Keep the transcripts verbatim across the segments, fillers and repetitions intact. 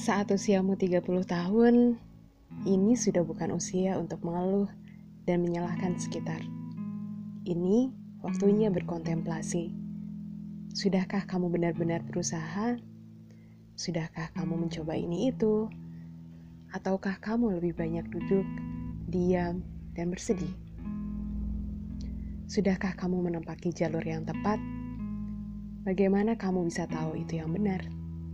Saat usiamu tiga puluh tahun, ini sudah bukan usia untuk mengeluh dan menyalahkan sekitar. Ini waktunya berkontemplasi. Sudahkah kamu benar-benar berusaha? Sudahkah kamu mencoba ini itu? Ataukah kamu lebih banyak duduk, diam, dan bersedih? Sudahkah kamu menempati jalur yang tepat? Bagaimana kamu bisa tahu itu yang benar?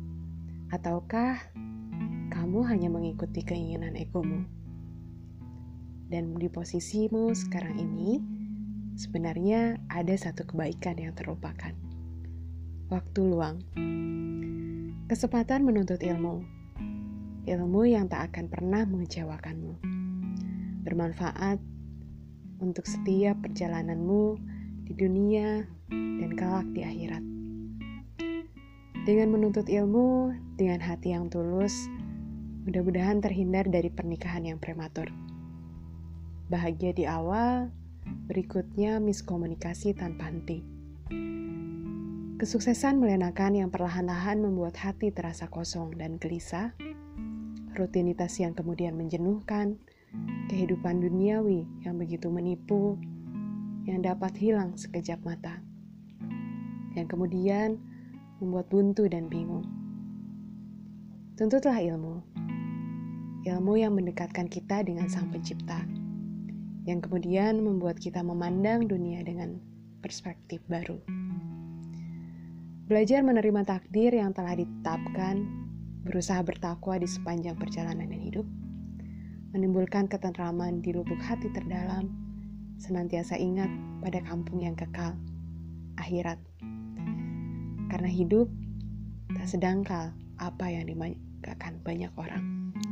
Ataukah kamu hanya mengikuti keinginan egomu? Dan di posisimu sekarang ini, sebenarnya ada satu kebaikan yang terlupakan. Waktu luang. Kesempatan menuntut ilmu. Ilmu yang tak akan pernah mengecewakanmu. Bermanfaat untuk setiap perjalananmu di dunia dan kelak di akhirat. Dengan menuntut ilmu, dengan hati yang tulus, mudah-mudahan terhindar dari pernikahan yang prematur. Bahagia di awal, berikutnya miskomunikasi tanpa henti. Kesuksesan melenakan yang perlahan-lahan membuat hati terasa kosong dan gelisah. Rutinitas yang kemudian menjenuhkan, kehidupan duniawi yang begitu menipu, yang dapat hilang sekejap mata. Yang kemudian membuat buntu dan bingung. Tuntutlah ilmu. Ilmu yang mendekatkan kita dengan Sang Pencipta, yang kemudian membuat kita memandang dunia dengan perspektif baru. Belajar menerima takdir yang telah ditetapkan, berusaha bertakwa di sepanjang perjalanan hidup, menimbulkan ketentraman di lubuk hati terdalam, senantiasa ingat pada kampung yang kekal, akhirat. Karena hidup tak sedangkal apa yang dimagakan banyak orang.